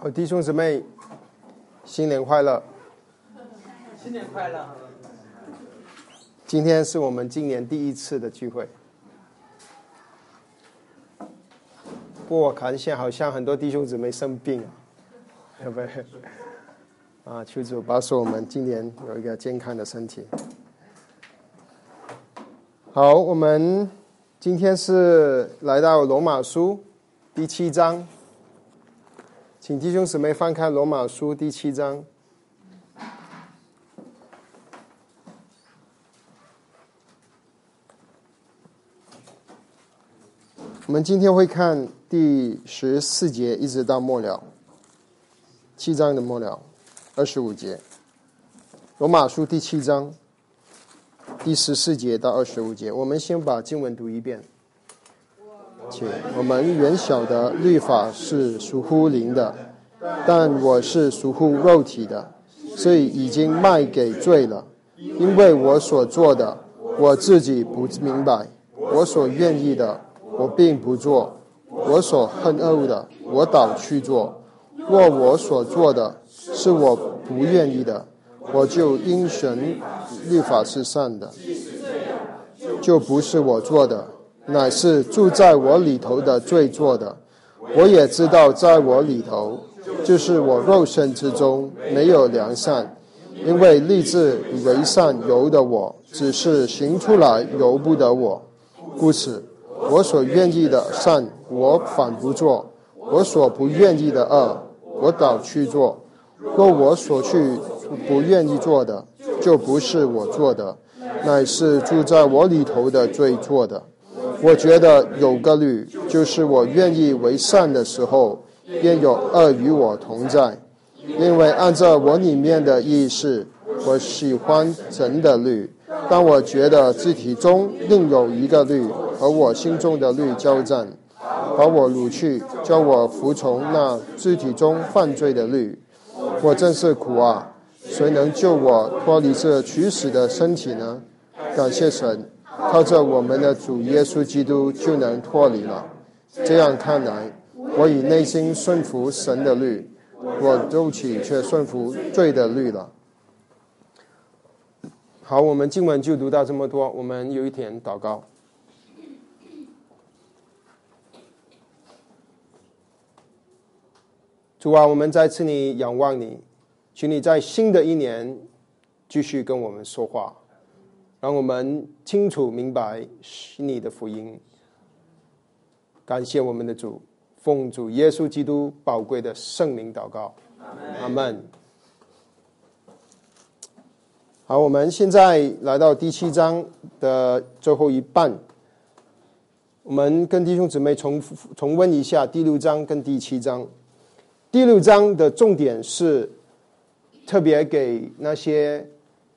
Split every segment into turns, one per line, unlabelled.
好，弟兄姊妹，新年快乐！
新年快乐！
今天是我们今年第一次的聚会，不过我看现在好像很多弟兄姊妹生病啊，对不对？求主保守我们今年有一个健康的身体。好，我们今天是来到罗马书第7章。请弟兄姊妹翻开罗马书第7章。我们今天会看第14节一直到末了，7章的末了25节。罗马书第7章第14节到25节，我们先把经文读一遍。且我们原晓得律法是属乎灵的，但我是属乎肉体的，所以已经卖给罪了。因为我所做的，我自己不明白；我所愿意的，我并不做；我所恨恶的，我倒去做。若我所做的是我不愿意的，我就因神律法是善的，就不是我做的，乃是住在我里头的罪做的。我也知道在我里头，就是我肉身之中没有良善，因为立志以为善由得我，只是行出来由不得我。故此我所愿意的善我反不做，我所不愿意的恶我倒去做。若我所去不愿意做的，就不是我做的，乃是住在我里头的罪做的。我觉得有个律，就是我愿意为善的时候，便有恶与我同在。因为按照我里面的意识，我喜欢神的律，但我觉得肢体中另有一个律和我心中的律交战，把我掳去，叫我服从那肢体中犯罪的律。我真是苦啊！谁能救我脱离这取死的身体呢？感谢神，靠着我们的主耶稣基督就能脱离了。这样看来，我以内心顺服神的律，我肉体却顺服罪的律了。好，我们经文就读到这么多，我们有一点祷告。主啊，我们再次你仰望你，请你在新的一年继续跟我们说话，让我们清楚明白你的福音。感谢我们的主，奉主耶稣基督宝贵的圣名祷告，阿们。好，我们现在来到第7章的最后一半，我们跟弟兄姊妹重温一下第6章跟第7章。第6章的重点是特别给那些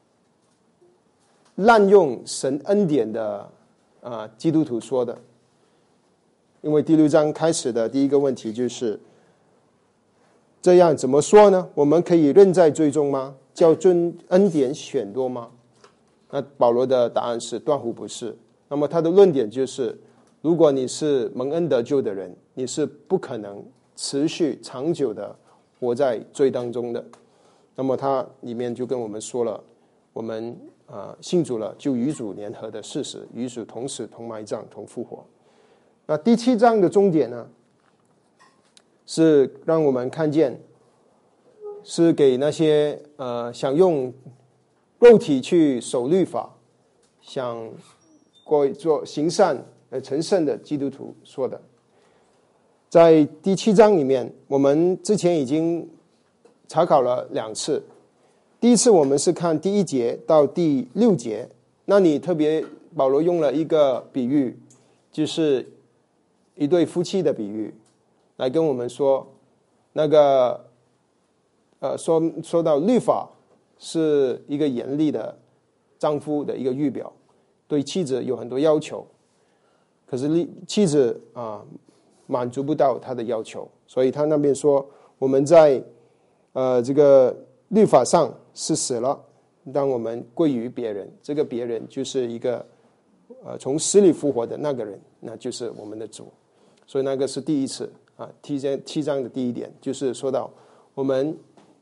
滥用神恩典的基督徒说的。因为第6章开始的第一个问题就是这样怎么说呢？我们可以认在罪中吗？叫尊恩典显多吗？那保罗的答案是断乎不是。那么他的论点就是，如果你是蒙恩得救的人，你是不可能持续长久的活在罪当中的。那么他里面就跟我们说了，我们信主了就与主联合的事实，与主同死同埋葬同复活。那第7章的终点呢，是让我们看见，是给那些想用肉体去守律法，想做行善成圣的基督徒说的。在第7章里面，我们之前已经查考了2次。第一次我们是看第1节到第6节，那里特别保罗用了一个比喻，就是一对夫妻的比喻，来跟我们说那个说到律法是一个严厉的丈夫的一个预表，对妻子有很多要求，可是妻子满足不到他的要求，所以他那边说我们在这个律法上是死了，当我们归于别人，这个别人就是一个从死里复活的那个人，那就是我们的主。所以那个是第一次。 七章的第1点就是说到我们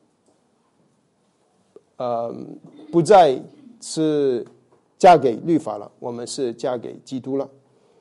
不再是嫁给律法了，我们是嫁给基督了。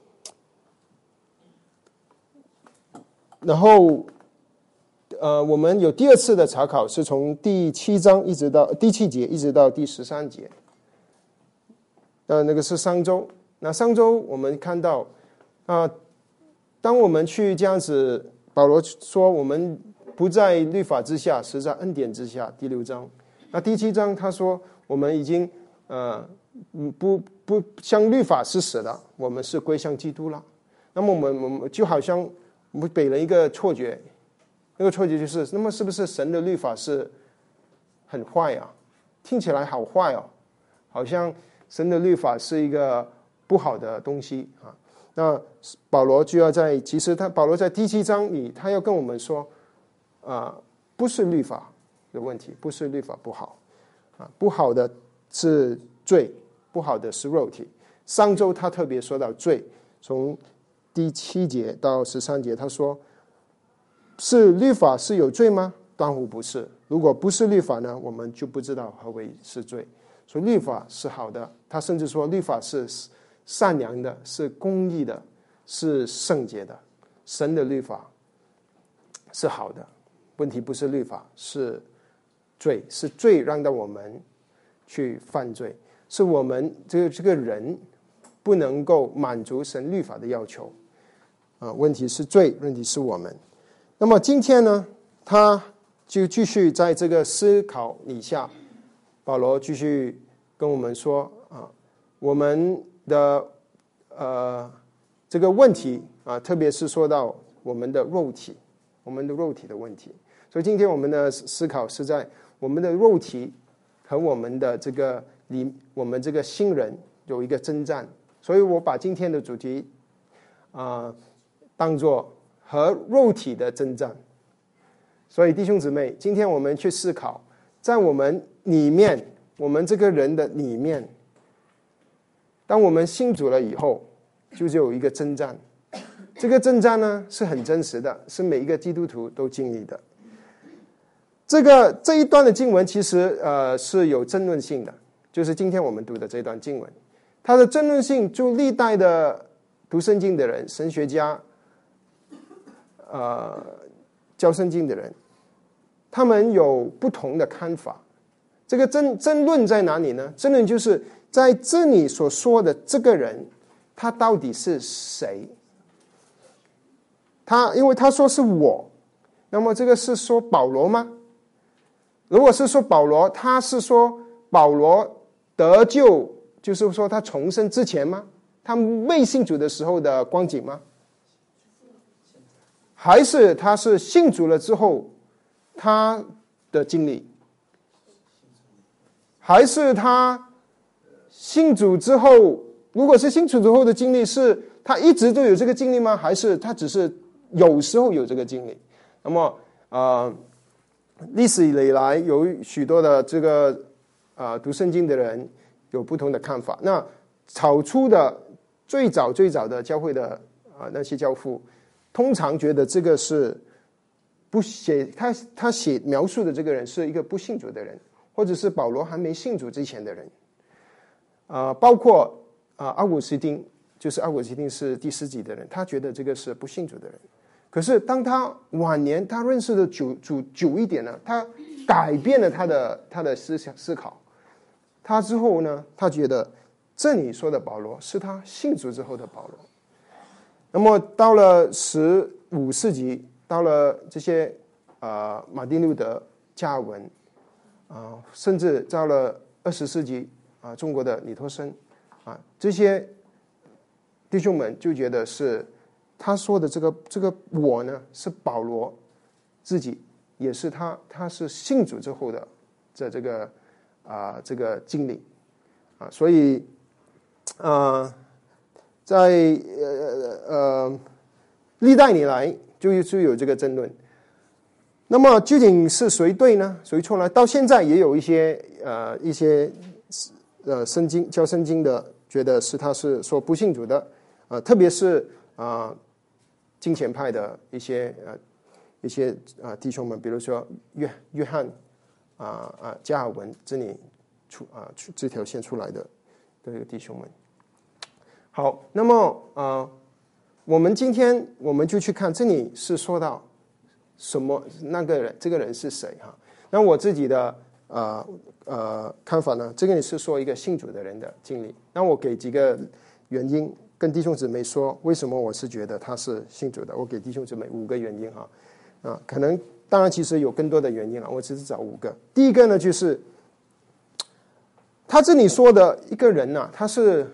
然后我们有第2次的查考，是从第7章一直到第7节一直到第13节。那个是上周。那上周我们看到当我们去这样子，保罗说我们不在律法之下，实在恩典之下，第6章。那第7章他说我们已经不像律法是死的，我们是归向基督了。那么我们就好像我们给人一个错觉，那个错觉就是，那么是不是神的律法是很坏啊？听起来好坏哦，好像神的律法是一个不好的东西啊。那保罗就要其实保罗在第7章里，他要跟我们说，不是律法的问题，不是律法不好不好的是罪，不好的是肉体。上周他特别说到罪，从第7节到13节，他说是律法是有罪吗？当然不是。如果不是律法呢，我们就不知道何为是罪。所以律法是好的，他甚至说律法是善良的，是公义的，是圣洁的。神的律法是好的，问题不是律法，是罪，是罪让到我们去犯罪，是我们这个人不能够满足神律法的要求问题是罪，问题是我们。那么今天呢，他就继续在这个思考以下，保罗继续跟我们说我们的这个问题特别是说到我们的肉体的问题。所以今天我们的思考是在我们的肉体和我们的我们这个新人有一个征战。所以我把今天的主题当作和肉体的征战。所以弟兄姊妹，今天我们去思考，在我们里面，我们这个人的里面，当我们信主了以后，就有一个征战。这个征战呢是很真实的，是每一个基督徒都经历的。这一段的经文其实是有争论性的，就是今天我们读的这段经文，它的争论性就历代的读圣经的人、神学家教圣经的人，他们有不同的看法。这个争论在哪里呢？争论就是在这里所说的这个人，他到底是谁？因为他说是我，那么这个是说保罗吗？如果是说保罗，他是说保罗得救，就是说他重生之前吗？他未信主的时候的光景吗？还是他是信主了之后他的经历？还是他信主之后，如果是信主之后的经历，是他一直都有这个经历吗？还是他只是有时候有这个经历？那么历史以来有许多的这个读圣经的人有不同的看法。那草出的最早的教会的那些教父，通常觉得这个是不写他描述的这个人是一个不信主的人，或者是保罗还没信主之前的人。包括奥古斯丁，就是奥古斯丁是第10集的人，他觉得这个是不信主的人。可是当他晚年他认识的久一点呢，他改变了他的思考。他之后呢，他觉得这里说的保罗是他信主之后的保罗。那么到了15世纪，到了这些马丁路德、加尔文甚至到了20世纪中国的李托生这些弟兄们就觉得是他说的这个我呢，是保罗自己，也是他是信主之后的这个经历所以在历代以来就有这个争论。那么究竟是谁对呢？谁错呢？到现在也有一些教圣经的觉得是他是说不信主的特别是金钱派的一些弟兄们，比如说约翰加尔文这里这条线出来的这个弟兄们。好，那么我们今天我们就去看这里是说到什么，这个人是谁哈？那我自己的看法呢，这个是说一个信主的人的经历。那我给几个原因跟弟兄姊妹说，为什么我是觉得他是信主的。我给弟兄姊妹5个原因哈。可能当然其实有更多的原因了，我只是找5个。第一个呢，就是他这里说的一个人呢，他说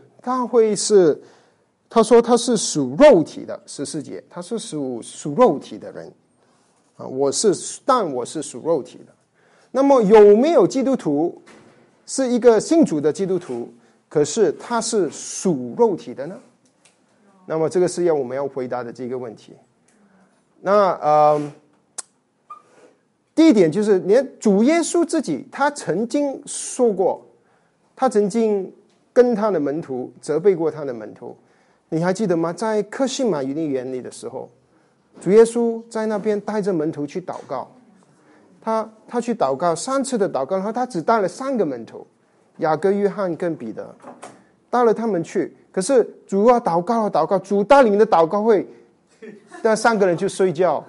他是属肉体的，14节，他是属肉体的人但我是属肉体的。那么有没有基督徒是一个信主的基督徒，可是他是属肉体的呢？那么这个是我们要回答的这个问题。那第一点就是连主耶稣自己他曾经说过，他曾经跟他的门徒责备过他的门徒，你还记得吗？在客西马尼园里的时候，主耶稣在那边带着门徒去祷告，他去祷告3次的祷告，然后他只带了3个门徒，雅各、约翰跟彼得，带了他们去。可是主要祷告，主带领的祷告会，那3个人就睡觉。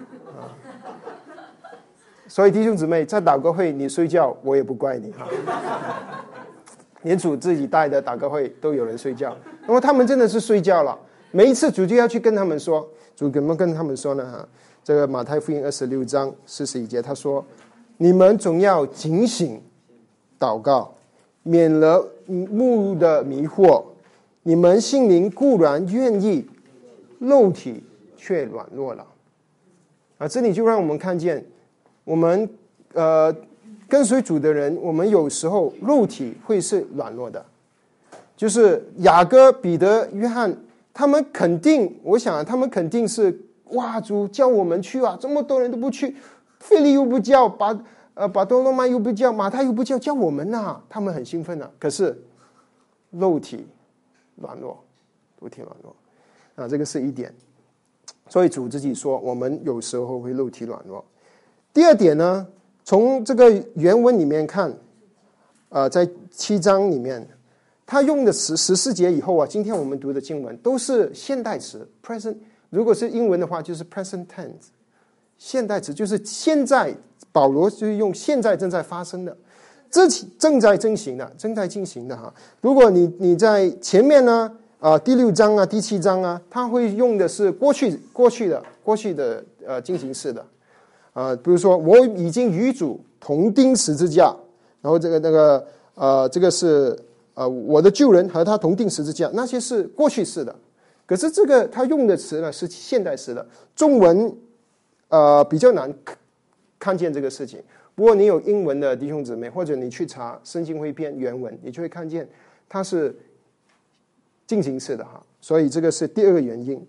所以弟兄姊妹，在祷告会你睡觉，我也不怪你哈。连主自己带的祷告会都有人睡觉，那么他们真的是睡觉了。每一次主就要去跟他们说，主怎么跟他们说呢？这个马太福音26章41节，他说：“你们总要警醒祷告，免了目的迷惑。你们心灵固然愿意，肉体却软弱了。”这里就让我们看见，我们跟随主的人，我们有时候肉体会是软弱的。就是雅各、彼得、约翰，他们肯定，我想他们肯定是哇，主叫我们去啊，这么多人都不去，腓利又不叫，巴多罗买又不叫，马太又不叫，叫我们啊，他们很兴奋啊。可是肉体软弱，这个是一点。所以主自己说，我们有时候会肉体软弱。第二点呢，从这个原文里面看，在7章里面，他用的词14节以后今天我们读的经文都是现代词 present， 如果是英文的话就是 present tense， 现代词就是现在，保罗就是用现在正在发生的，正在进行的哈。如果你在前面呢，第6章第7章他会用的是过去的进行式的。比如说我已经与主同钉十字架，然后这个是我的旧人和他同钉十字架，那些是过去式的。可是这个他用的词呢是现代式的，中文比较难看见这个事情。不过你有英文的弟兄姊妹，或者你去查圣经汇编原文，你就会看见它是进行式的哈。所以这个是第2个原因。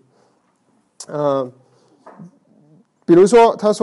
比如说他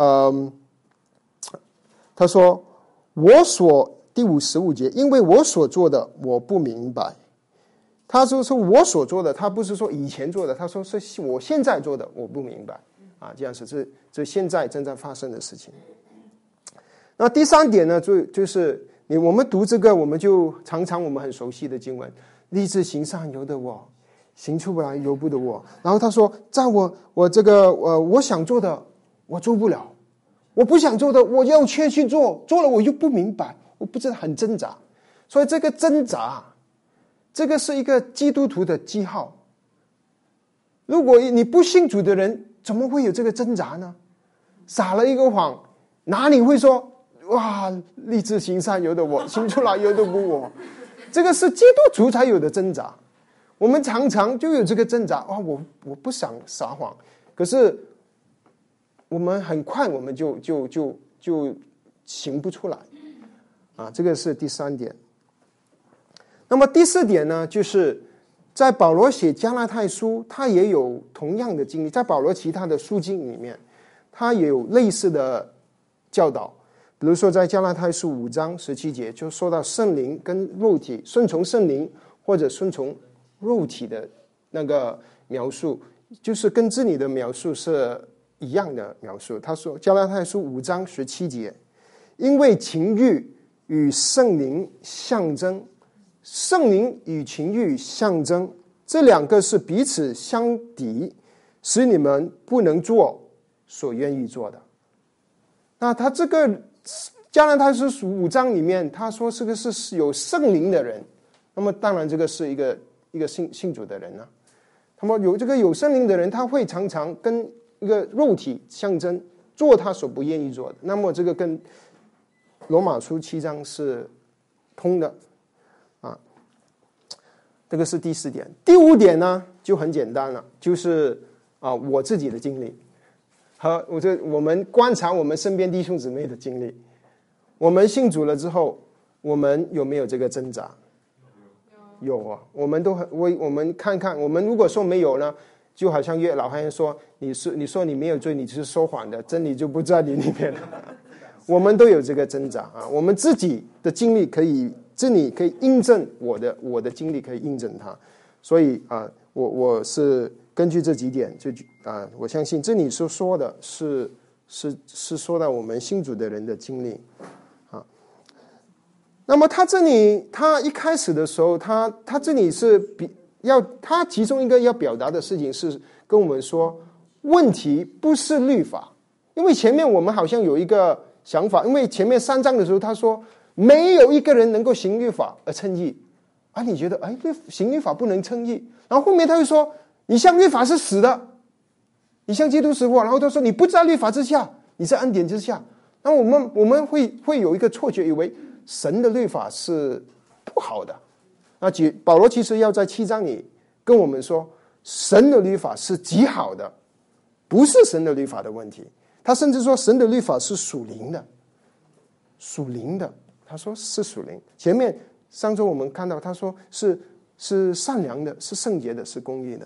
说第55节，因为我所做的我不明白。他说是我所做的，他不是说以前做的，他说是我现在做的我不明白这样是这现在正在发生的事情。那第3点呢，就是我们读这个，我们就常常我们很熟悉的经文，立志行善由得我，行出不来由不得我。然后他说，在我想做的我做不了，我不想做的我要去做，做了我又不明白，我不知道，很挣扎。所以这个挣扎，这个是一个基督徒的记号。如果你不信主的人，怎么会有这个挣扎呢？撒了一个谎，哪里会说哇，立志行善由得我，行出来由得不我？这个是基督徒才有的挣扎。我们常常就有这个挣扎，我不想撒谎，可是我们很快我们就行不出来这个是第3点。那么第4点呢，就是在保罗写加拉太书，他也有同样的经历，在保罗其他的书经里面，他也有类似的教导。比如说在加拉太书5章17节，就说到圣灵跟肉体，顺从圣灵或者顺从肉体的那个描述， 就是跟这里的描述是一样的描述。他说加拉太书5章17节，因为情欲与圣灵相争，圣灵与情欲相争，这两个是彼此相敌，使你们不能做所愿意做的。那他这个加拉太书5章里面，他说这个是有圣灵的人，那么当然这个是一个信主的人啊。那么有圣灵的人，他会常常跟一个肉体相争，做他所不愿意做的。那么这个跟罗马书7章是通的啊。这个是第4点。第5点呢就很简单了，就是我自己的经历和我们观察我们身边弟兄姊妹的经历。我们信主了之后，我们有没有这个挣扎？有啊，我们看看，我们如果说没有呢，就好像老汉说，你说你没有罪，你就是说谎的，真理就不在你里面了。我们都有这个挣扎啊，我们自己的经历这里可以印证我的经历，可以印证它。所以我是根据这几点，我相信这里所说的是说到我们信主的人的经历。那么他一开始的时候，他这里是他其中一个要表达的事情是跟我们说，问题不是律法。因为前面我们好像有一个想法，因为前面3章的时候他说没有一个人能够行律法而称义啊，你觉得行律法不能称义，然后后面他又说你向律法是死的，你向基督死过，然后他说你不在律法之下，你在恩典之下。那我们会有一个错觉，以为神的律法是不好的。那保罗其实要在7章里跟我们说，神的律法是极好的，不是神的律法的问题。他甚至说神的律法是属灵的，他说是属灵。前面上周我们看到他说是善良的，是圣洁的，是公义的。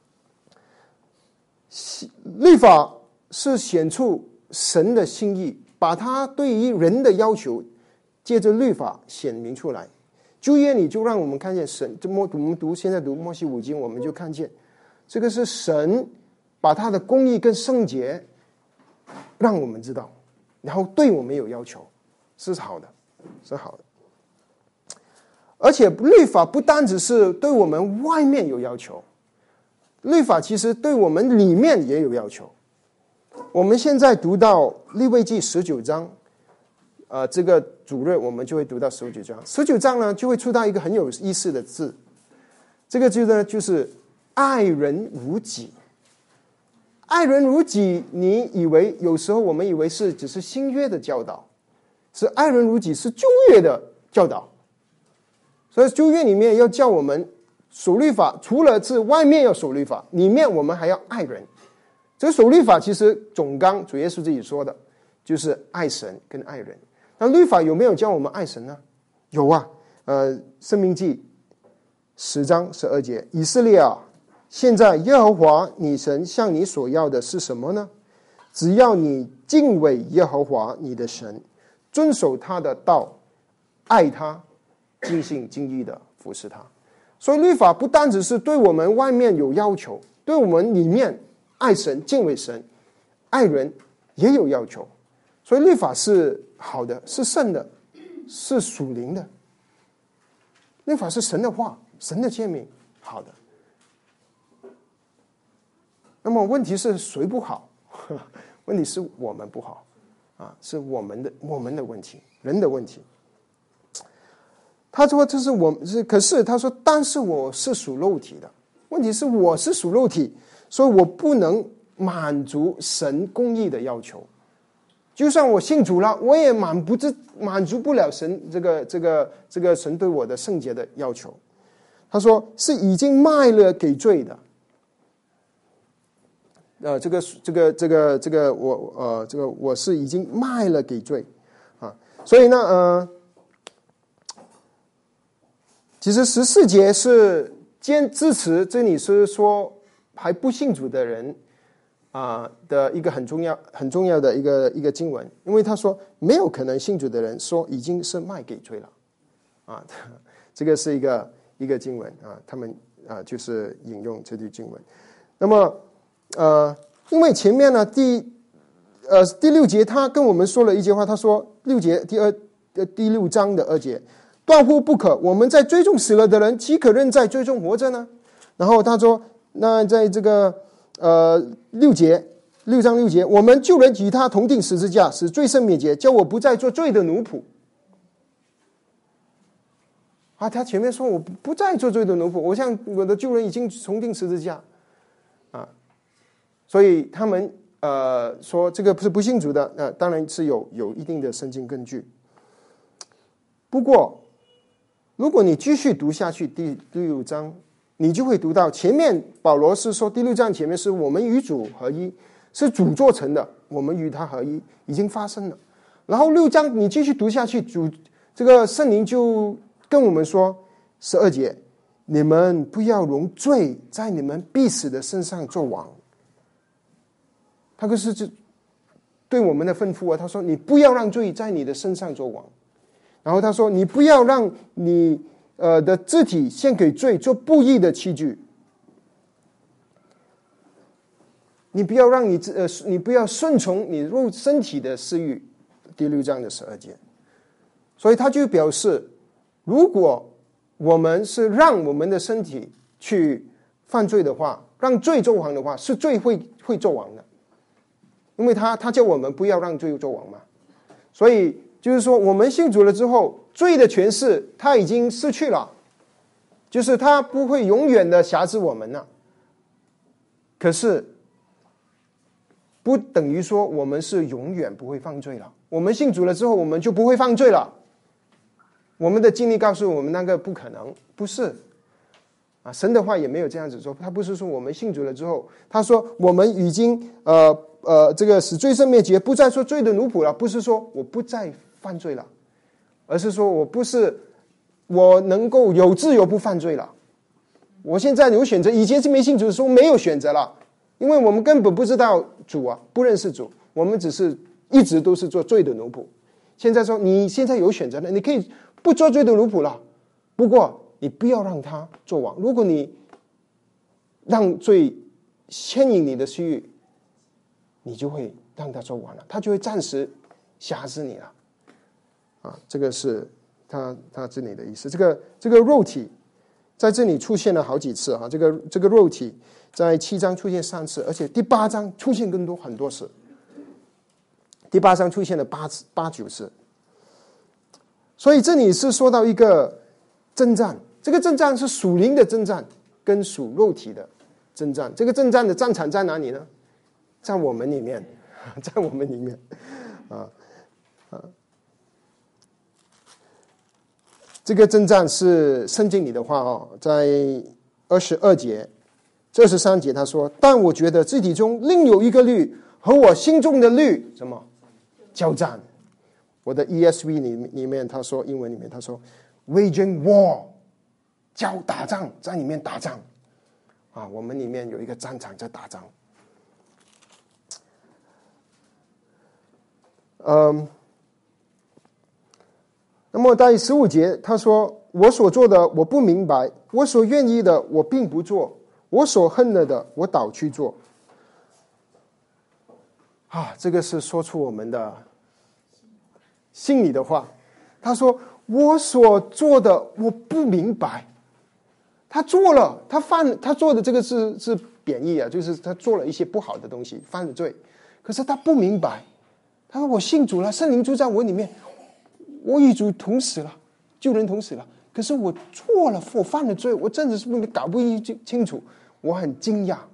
律法是显出神的心意，把他对于人的要求借着律法显明出来。旧约里就让我们看见神，我们现在读摩西5经，我们就看见这个是神把他的公义跟圣洁让我们知道，然后对我们有要求，是好的。而且律法不单只是对我们外面有要求，律法其实对我们里面也有要求。我们现在读到利未记19章，这个主日我们就会读到19章。19章呢就会出到一个很有意思的字，这个字呢就是爱人如己。爱人如己，你以为有时候我们以为只是新约的教导，是爱人如己是旧约的教导。所以旧约里面要叫我们守律法，除了是外面要守律法，里面我们还要爱人。这个守律法其实总纲主耶稣自己说的就是爱神跟爱人。那律法有没有教我们爱神呢？有啊。申命记10章12节，以色列啊，现在耶和华你神向你所要的是什么呢？只要你敬畏耶和华你的神，遵守他的道，爱他，尽心尽意的服侍他。所以律法不单只是对我们外面有要求，对我们里面爱神敬畏神爱人也有要求。所以律法是好的，是圣的，是属灵的。律法是神的话，神的诫命，好的。那么问题是谁不好？问题是我们不好是我们的问题，人的问题。他说这是可是他说但是我是属肉体的。问题是我是属肉体，所以我不能满足神公义的要求。就算我信主了，我也满足不了神这个神对我的圣洁的要求。他说是已经卖了给罪的。我是已经卖了给罪所以呢其实14节是支持这里是说还不信主的人的一个很重要的一个经文，因为他说没有可能信主的人说已经是卖给罪了这个是一个经文他们就是引用这句经文。那么因为前面呢第6节他跟我们说了一句话，他说6节第6章的2节，断乎不可，我们在罪中死了的人，岂可仍在罪中活着呢？然后他说，那在这个6章6节，我们救人与他同定十字架，使罪身灭绝，叫我不再做罪的奴仆。他前面说我不再做罪的奴仆，我像我的救人已经同定十字架所以他们说这个是不信主的，当然是有一定的圣经根据。不过如果你继续读下去第6章，你就会读到前面保罗是说第6章前面是我们与主合一，是主做成的，我们与他合一已经发生了。然后6章你继续读下去，这个圣灵就跟我们说12节，你们不要容罪在你们必死的身上做王。他就是对我们的吩咐他说你不要让罪在你的身上做王。然后他说你不要让你的肢体献给罪做不义的器具，你不要让你不要顺从你肉身体的私欲。第6章的12节，所以他就表示，如果我们是让我们的身体去犯罪的话，让罪做王的话，是罪会做王的，因为他叫我们不要让罪做王嘛。所以就是说，我们信主了之后，罪的权势他已经失去了，就是他不会永远的辖制我们了。可是不等于说我们是永远不会犯罪了。我们信主了之后，我们就不会犯罪了。我们的经历告诉我们那个不可能，不是神的话也没有这样子说。他不是说我们信主了之后，他说我们已经这个使罪身灭绝，不再做罪的奴仆了，不是说我不再犯罪了，而是说我能够有自由不犯罪了。我现在有选择，以前是没信主的时候没有选择了，因为我们根本不知道主不认识主，我们只是一直都是做罪的奴仆。现在说你现在有选择了，你可以不做罪的奴仆了，不过你不要让他做王。如果你让罪牵引你的私欲，你就会让他做王了，他就会暂时辖制你了这个是他这里的意思。这个肉体在这里出现了好几次这个肉体在7章出现3次，而且第8章出现更多很多次。第8章出现了8、9次。所以这里是说到一个征战，这个征战是属灵的征战跟属肉体的征战。这个征战的战场在哪里呢？在我们里面，在我们里面这个征战是圣经里的话在22节、23节他说，但我觉得肢体中另有一个律和我心中的律什么交战。我的 ESV 里面他说，英文里面他说 waging war， 打仗，在里面打仗我们里面有一个战场在打仗。那么在15节他说，我所做的我不明白，我所愿意的我并不做，我所恨了的我倒去做这个是说出我们的心里的话。他说我所做的我不明白，他做了，他做的这个是贬义就是他做了一些不好的东西，犯了罪，可是他不明白。他说我信主了，圣灵住在我里面，我与主同死了，救人同死了，可是我做了，我犯了罪，我真的是搞不清楚，我很惊讶。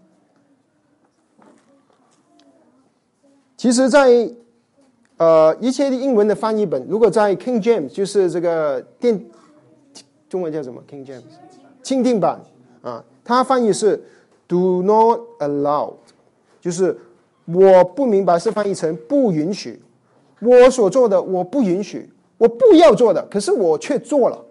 其实在一切的英文的翻译本，如果在 King James 就是这个中文叫什么 King James 钦定版它翻译是 do not allow， 就是我不明白是翻译成不允许，我所做的我不允许，我不要做的，可是我却做了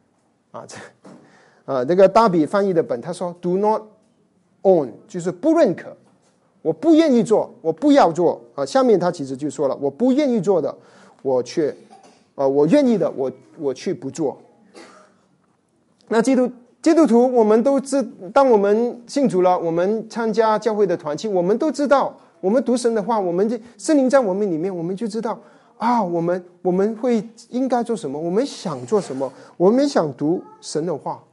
那个大比翻译的本他说 do not own， 就是不认可，我不愿意做，我不要做下面他其实就说了，我不愿意做的我却我愿意的我去不做。那基督基督徒我们都当我们信主了，我们参加教会的团契，我们都知道，我们读神的话，我们圣灵在我们里面，我们就知道啊，我们会应该做什么，我们想做什么，我们想读神的话，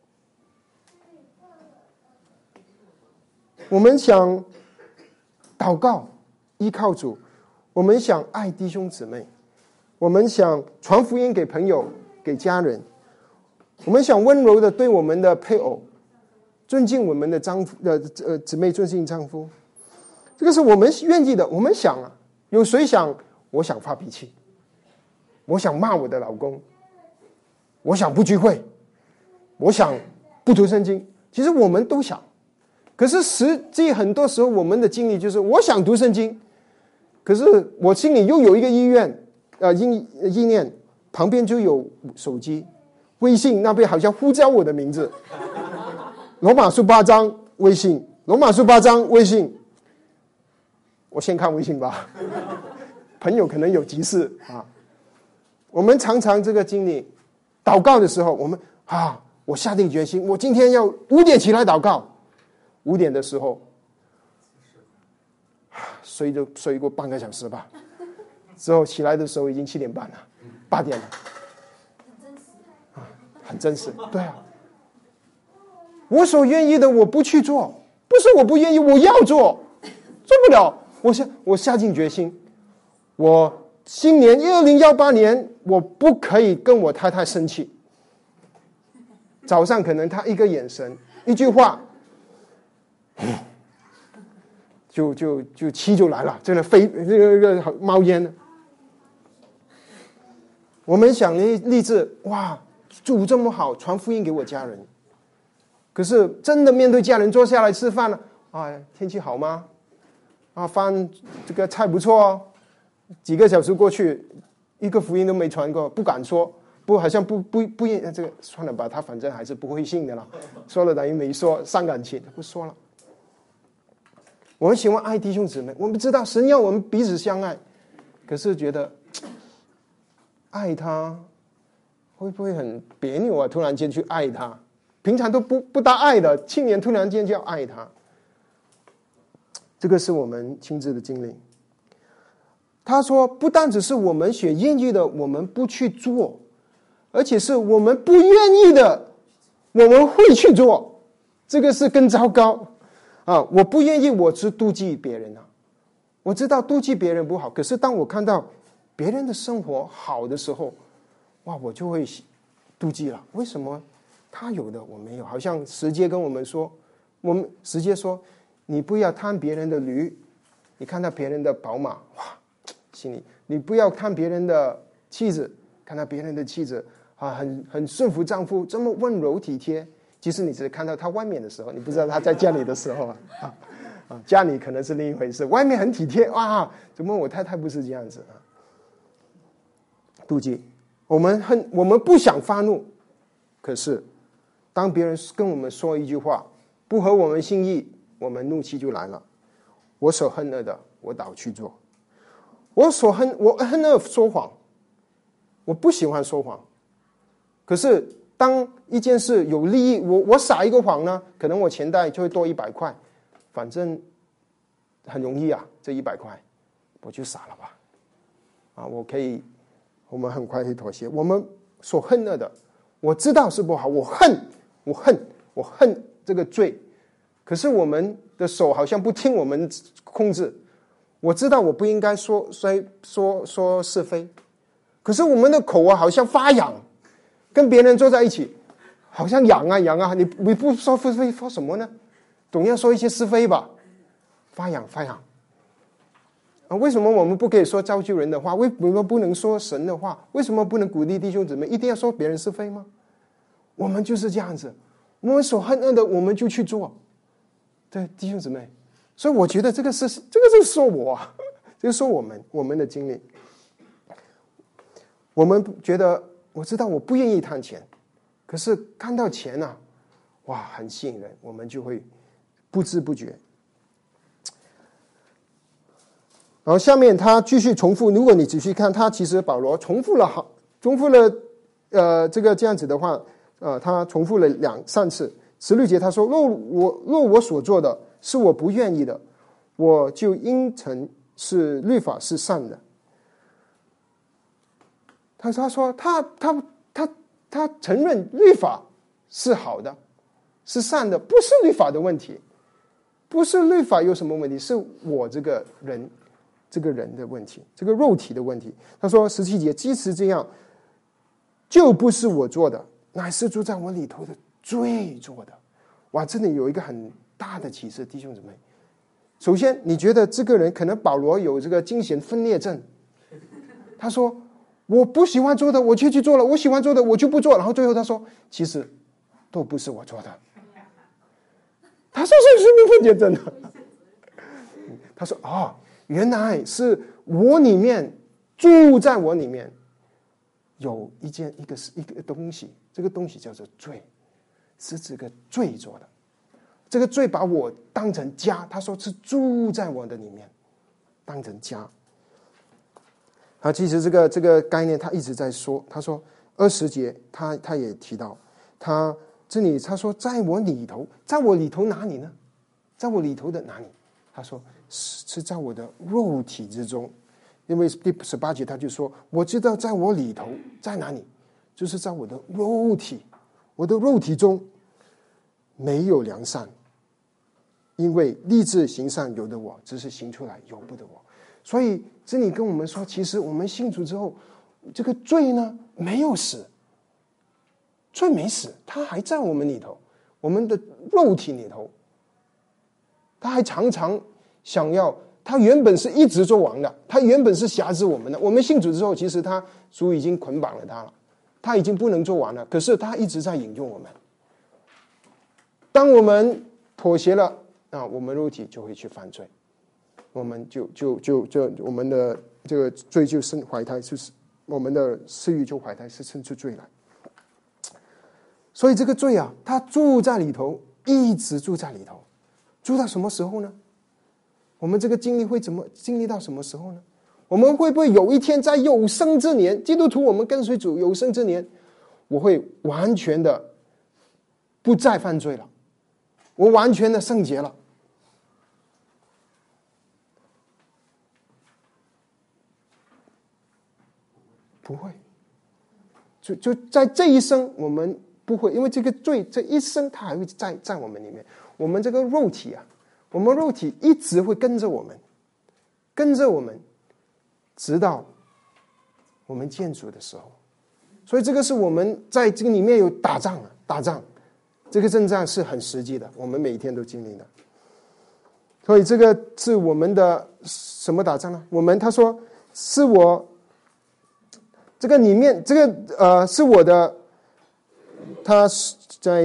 我们想祷告依靠主，我们想爱弟兄姊妹，我们想传福音给朋友给家人，我们想温柔的对我们的配偶尊敬我们的丈夫姊妹尊敬丈夫，这个是我们愿意的。我们想啊，有谁想我想发脾气，我想骂我的老公，我想不聚会，我想不读圣经，其实我们都想。可是实际很多时候我们的经历就是我想读圣经，可是我心里又有一个意念，旁边就有手机微信那边好像呼叫我的名字，罗马书8章微信，罗马书8章微信，我先看微信吧，朋友可能有急事啊。我们常常这个经历，祷告的时候，我下定决心，我今天要5点起来祷告。5点的时候，睡过半个小时吧，之后起来的时候已经7点半了，8点了，很真实，对啊。我所愿意的我不去做，不是我不愿意，我要做，做不了，我下定决心，我新年2018年我不可以跟我太太生气。早上可能她一个眼神一句话，就气就来了，这个冒烟了。我们想立志，哇，主这么好，传福音给我家人。可是真的面对家人坐下来吃饭了，天气好吗？饭这个菜不错哦。几个小时过去，一个福音都没传过，不敢说，好像不这个算了吧，他反正还是不会信的了，说了等于没说，伤感情，不说了。我们喜欢爱弟兄姊妹，我们知道神要我们彼此相爱，可是觉得爱他会不会很别扭啊？突然间去爱他，平常都不大爱的青年，突然间就要爱他，这个是我们亲自的经历。他说，不但只是我们所愿意的，我们不去做，而且是我们不愿意的，我们会去做，这个是更糟糕。我不愿意，我只妒忌别人啊。我知道妒忌别人不好，可是当我看到别人的生活好的时候，哇，我就会妒忌了。为什么他有的我没有？好像十诫跟我们说，十诫说，你不要贪别人的驴，你看到别人的宝马，哇，心里你不要看别人的妻子，看到别人的妻子很顺服丈夫，这么温柔体贴。其实你只是看到他外面的时候，你不知道他在家里的时候家里可能是另一回事，外面很体贴，哇，怎么我太太不是这样子啊？妒忌，我们不想发怒，可是当别人跟我们说一句话不合我们心意，我们怒气就来了。我所恨恶的，我倒去做。我恨恶说谎，我不喜欢说谎，可是当一件事有利益，我撒一个谎呢，可能我钱袋就会多100块，反正很容易啊，这100块我就撒了吧。我们很快会妥协。我们所恨恶的，我知道是不好，我恨这个罪，可是我们的手好像不听我们控制。我知道我不应该说是非，可是我们的口好像发痒，跟别人坐在一起，好像痒啊！你不说是非，说什么呢？总要说一些是非吧？发痒为什么我们不可以说造就人的话？为什么不能说神的话？为什么不能鼓励弟兄姊妹一定要说别人是非吗？我们就是这样子，我们所恨恶的，我们就去做。对，弟兄姊妹，所以我觉得这个是说我啊，这个说我们的经历。我们觉得，我知道我不愿意贪钱，可是看到钱啊，哇，很吸引人，我们就会不知不觉。然后下面他继续重复，如果你仔细看，他其实保罗重复了这样子的话， 他重复了3次。16节他说，若我所做的是我不愿意的，我就应承是律法是善的。他说他承认律法是好的，是善的，不是律法的问题，不是律法有什么问题，是我这个人的问题，这个肉体的问题。他说17节，即使这样，就不是我做的，乃是住在我里头的罪做的。哇，这里有一个很大的启示，弟兄姊妹。首先，你觉得这个人可能保罗有这个精神分裂症，他说我不喜欢做的我却去做了，我喜欢做的我就不做，然后最后他说其实都不是我做的。他说是生命分裂症的。他说原来是我里面住在我里面有一个东西，这个东西叫做罪，是这个罪做的。这个罪把我当成家，他说是住在我的里面，当成家。其实这个概念他一直在说。他说20节他也提到，他这里他说在我里头，在我里头哪里呢？在我里头的哪里？他说是在我的肉体之中。因为第18节他就说，我知道在我里头在哪里，就是在我的肉体，我的肉体中没有良善，因为立志行善由得我，只是行出来由不得我。所以这里跟我们说，其实我们信主之后，这个罪呢没有死，罪没死，它还在我们里头，我们的肉体里头，他还常常想要，他原本是一直做王的，他原本是辖制我们的。我们信主之后，其实主已经捆绑了他了，他已经不能做王了，可是他一直在引诱我们。当我们妥协了我们肉体就会去犯罪，我们就我们的这个罪就生怀胎，就是我们的私欲就怀胎，是生出罪来。所以这个罪它住在里头，一直住在里头，住到什么时候呢？我们这个经历会怎么经历到什么时候呢？我们会不会有一天在有生之年，基督徒我们跟随主有生之年，我会完全的不再犯罪了，我完全的圣洁了？不会，就在这一生我们不会，因为这个罪这一生它还会在我们里面。我们这个肉体我们肉体一直会跟着我们，直到我们见主的时候。所以这个是我们在这个里面有打仗，这个征战是很实际的，我们每一天都经历的。所以这个是我们的什么打仗呢？他说是我这个里面这个是我的，他在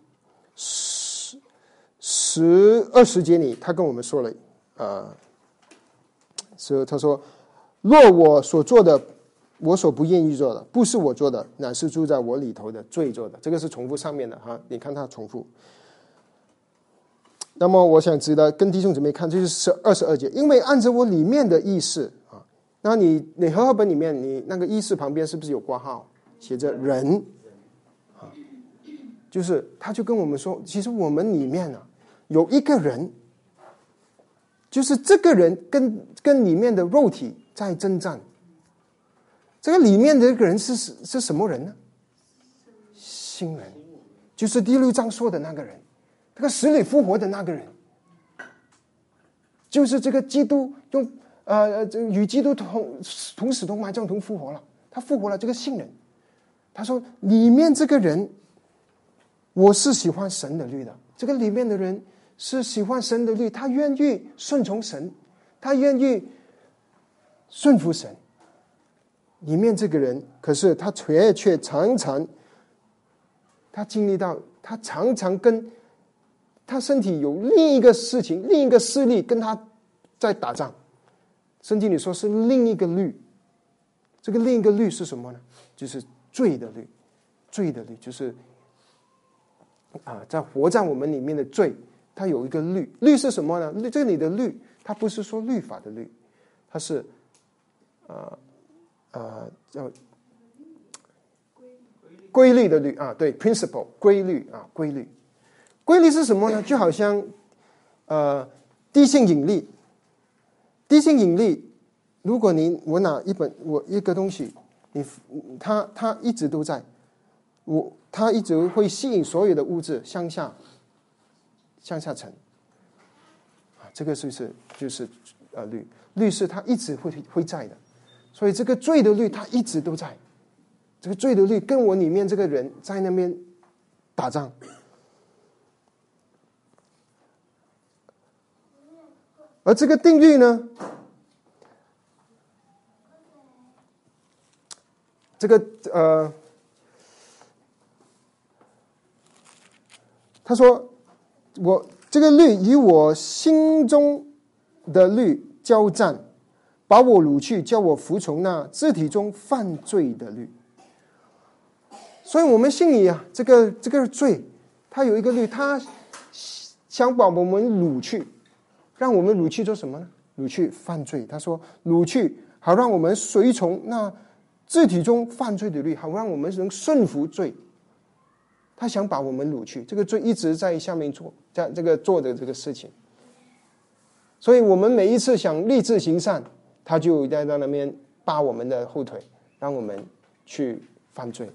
20节里他跟我们说了他说若我所做的我所不愿意做的不是我做的，乃是住在我里头的罪做的。这个是重复上面的你看他重复。那么我想知道跟弟兄姊妹看，这就是22节，因为按照我里面的意思那你和合本里面你那个意思旁边是不是有括号写着人就是他就跟我们说，其实我们里面有一个人，就是这个人跟里面的肉体在征战。这个里面的这个人是什么人呢？新人，就是第6章说的那个人，这个死里复活的那个人，就是这个基督用与基督同死同埋葬同复活了，他复活了这个新人。他说里面这个人我是喜欢神的律的，这个里面的人是喜欢神的律，他愿意顺从神，他愿意顺服神。里面这个人可是他却常常他经历到，他常常跟他身体有另一个事情，另一个势力跟他在打仗。圣经里说是另一个律，这个另一个律是什么呢？就是罪的律，就是在活在我们里面的罪，它有一个律。律是什么呢？这里的律它不是说律法的律，它是叫规律的律啊，对 ，principle 规律啊，规律。规律是什么呢？就好像地心引力。地心引力，如果我拿一个东西，它一直都在，它一直会吸引所有的物质向下沉。这个就是律是它一直会在的，所以这个罪的律它一直都在。这个罪的律跟我里面这个人在那边打仗。而这个定律呢，他说我这个律与我心中的律交战，把我掳去，叫我服从那肢体中犯罪的律。所以我们心里啊，这个罪，它有一个律，它想把我们掳去，让我们掳去做什么呢？掳去犯罪。他说掳去，好让我们随从那肢体中犯罪的律，好让我们能顺服罪。他想把我们掳去，这个罪一直在下面做的这个事情。所以我们每一次想立志行善，他就在那边扒我们的后腿，让我们去犯罪。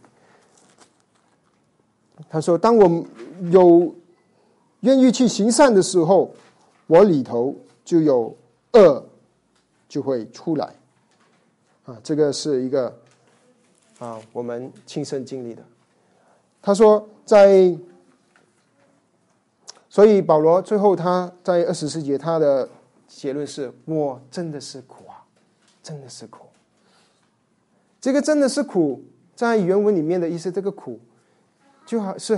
他说当我有愿意去行善的时候，我里头就有恶就会出来。这个是一个我们亲身经历的。他说所以保罗最后他在24节他的结论是，我真的是苦啊，真的是苦。这个真的是苦，在原文里面的意思，这个苦就好是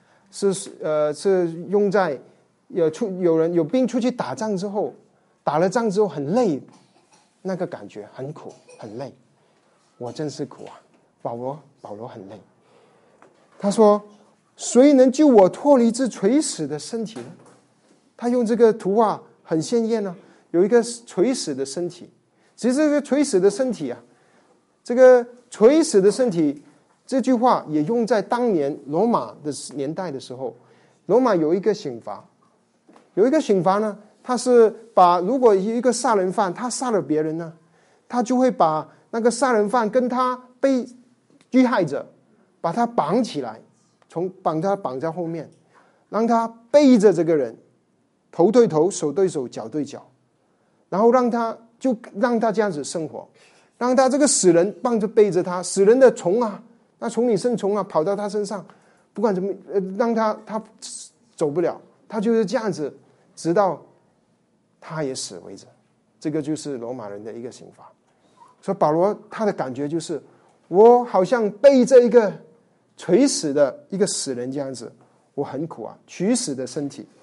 用在有兵出去打仗之后，打了仗之后很累，那个感觉很苦很累。我真是苦啊，保罗很累。他说谁能救我脱离这垂死的身体呢？他用这个图画很鲜艳啊，有一个垂死的身体。其实这个垂死的身体啊，这个垂死的身体这句话也用在当年罗马的年代的时候。罗马有一个刑罚呢，他是如果一个杀人犯他杀了别人呢，他就会把那个杀人犯跟他被遇害者把他绑起来，把他绑在后面，让他背着这个人，头对头，手对手，脚对脚，然后让他这样子生活，让他这个死人背着他，死人的虫啊，那虫里生虫啊，跑到他身上，不管怎么让他走不了，他就是这样子，直到他也死为止。这个就是罗马人的一个刑罚。所以保罗他的感觉就是，我好像背着一个垂死的一个死人这样子，我很苦啊，取死的身体。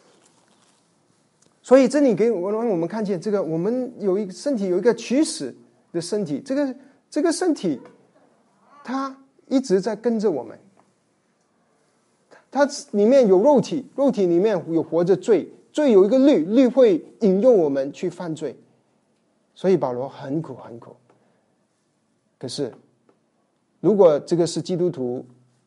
所以这里让我们看见这个，我们身体有一个取死的身体，这个身体它一直在跟着我们，它里面有肉体，肉体里面有活着罪，罪有一个律会引诱我们去犯罪。所以保罗很苦很苦。可是如果这个是基督徒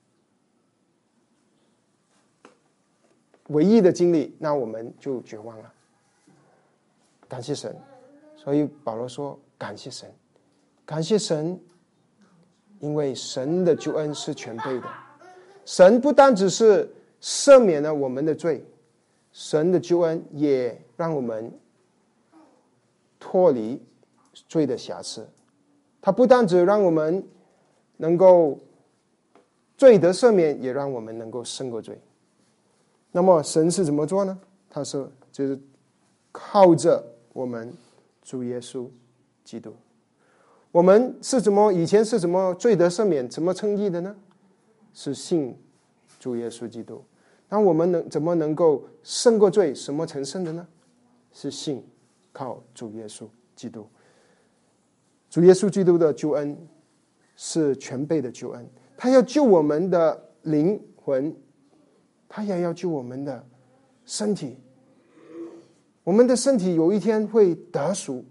唯一的经历，那我们就绝望了。感谢神。所以保罗说感谢神，感谢神，因为神的救恩是全备的。神不单只是赦免了我们的罪，神的救恩也让我们脱离罪的瑕疵。他不单只让我们能够罪得赦免，也让我们能够胜过罪。那么神是怎么做呢？他说就是靠着我们主耶稣基督。我们以前是怎么罪得赦免，怎么称义的呢？是信主耶稣基督。那我们怎么能够胜过罪，什么成圣的呢？是信靠主耶稣基督。主耶稣基督的救恩是全备的救恩，他要救我们的灵魂，他也要救我们的身体。我们的身体有一天会得赎，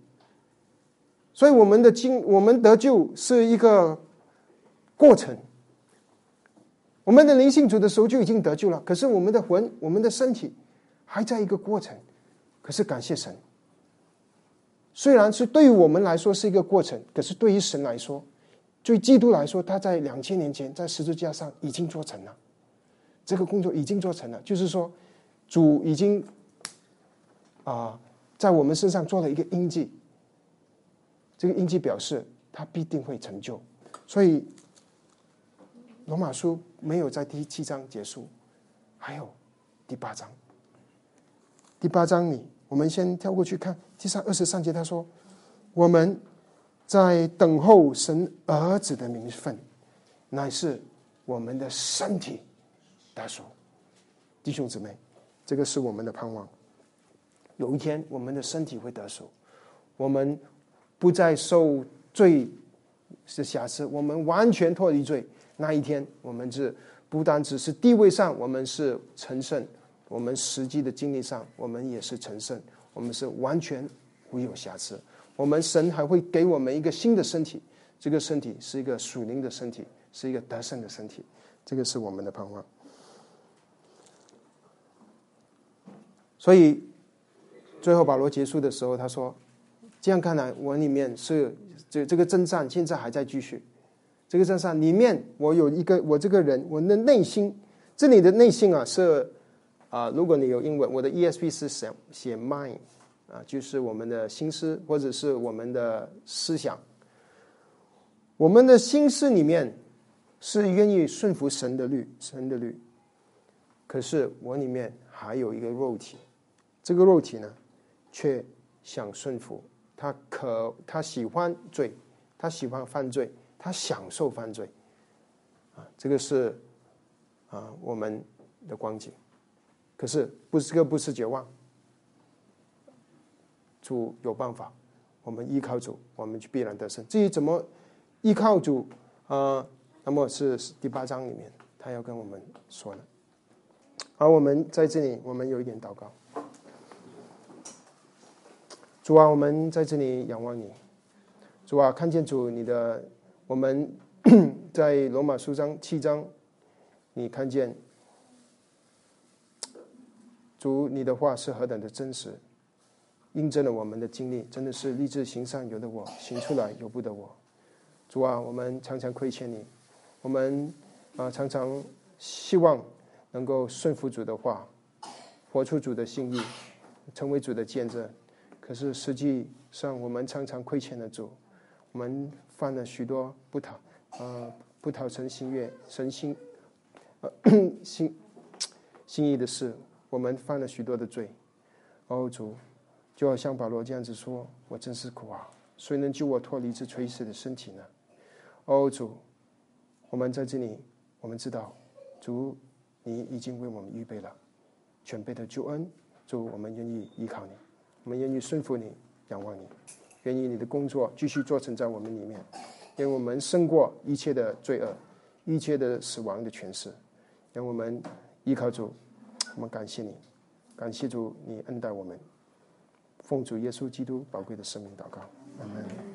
所以我们得救是一个过程。 我们的灵信主的时候就已经得救了，可是我们的魂、我们的身体还在一个过程。可是感谢神，虽然是对于我们来说是一个过程，可是对于神来说，对基督来说，他在2000年前在十字架上已经做成了，这个工作已经做成了，就是说主已经在我们身上做了一个印记，这个印记表示他必定会成就。所以罗马书没有在第7章结束，还有第8章。第8章里，我们先跳过去看第23节，他说我们在等候神儿子的名分，乃是我们的身体得赎。弟兄姊妹，这个是我们的盼望，有一天我们的身体会得赎，我们不再受罪的瑕疵，我们完全脱离罪。那一天我们不单只是地位上我们是成圣，我们实际的经历上我们也是成圣，我们是完全无有瑕疵。我们神还会给我们一个新的身体，这个身体是一个属灵的身体，是一个得胜的身体，这个是我们的盼望。所以最后保罗结束的时候他说，这样看来我里面是这个征战现在还在继续，这个征战里面我有一个我这个人，我的内心，这里的内心是如果你有英文，我的 ESV 是写 mind，就是我们的心思或者是我们的思想。我们的心思里面是愿意顺服神的律，可是我里面还有一个肉体，这个肉体呢却想顺服，他喜欢罪，他喜欢犯罪，他享受犯罪，这个是我们的光景。可是这个不是绝望，主有办法，我们依靠主，我们就必然得胜。至于怎么依靠主，那么是第8章里面他要跟我们说的。而我们在这里，我们有一点祷告。主啊，我们在这里仰望你。主啊，看见主你的，我们在罗马书7章，你看见主你的话是何等的真实，印证了我们的经历，真的是立志行善由得我，行出来由不得我。主啊，我们常常亏欠你，我们常常希望能够顺服主的话，活出主的心意，成为主的见证。可是实际上我们常常亏欠了主，我们犯了许多不讨神心意的事，我们犯了许多的罪。主，就好像保罗这样子说，我真是苦啊，谁能救我脱离这垂死的身体呢？主，我们在这里，我们知道主你已经为我们预备了全备的救恩。主，我们愿意依靠你，我们愿意顺服你，仰望你，愿意你的工作继续做成在我们里面，愿我们胜过一切的罪恶，一切的死亡的权势。让我们依靠主，我们感谢你，感谢主你恩待我们，奉主耶稣基督宝贵的生命祷告，阿们。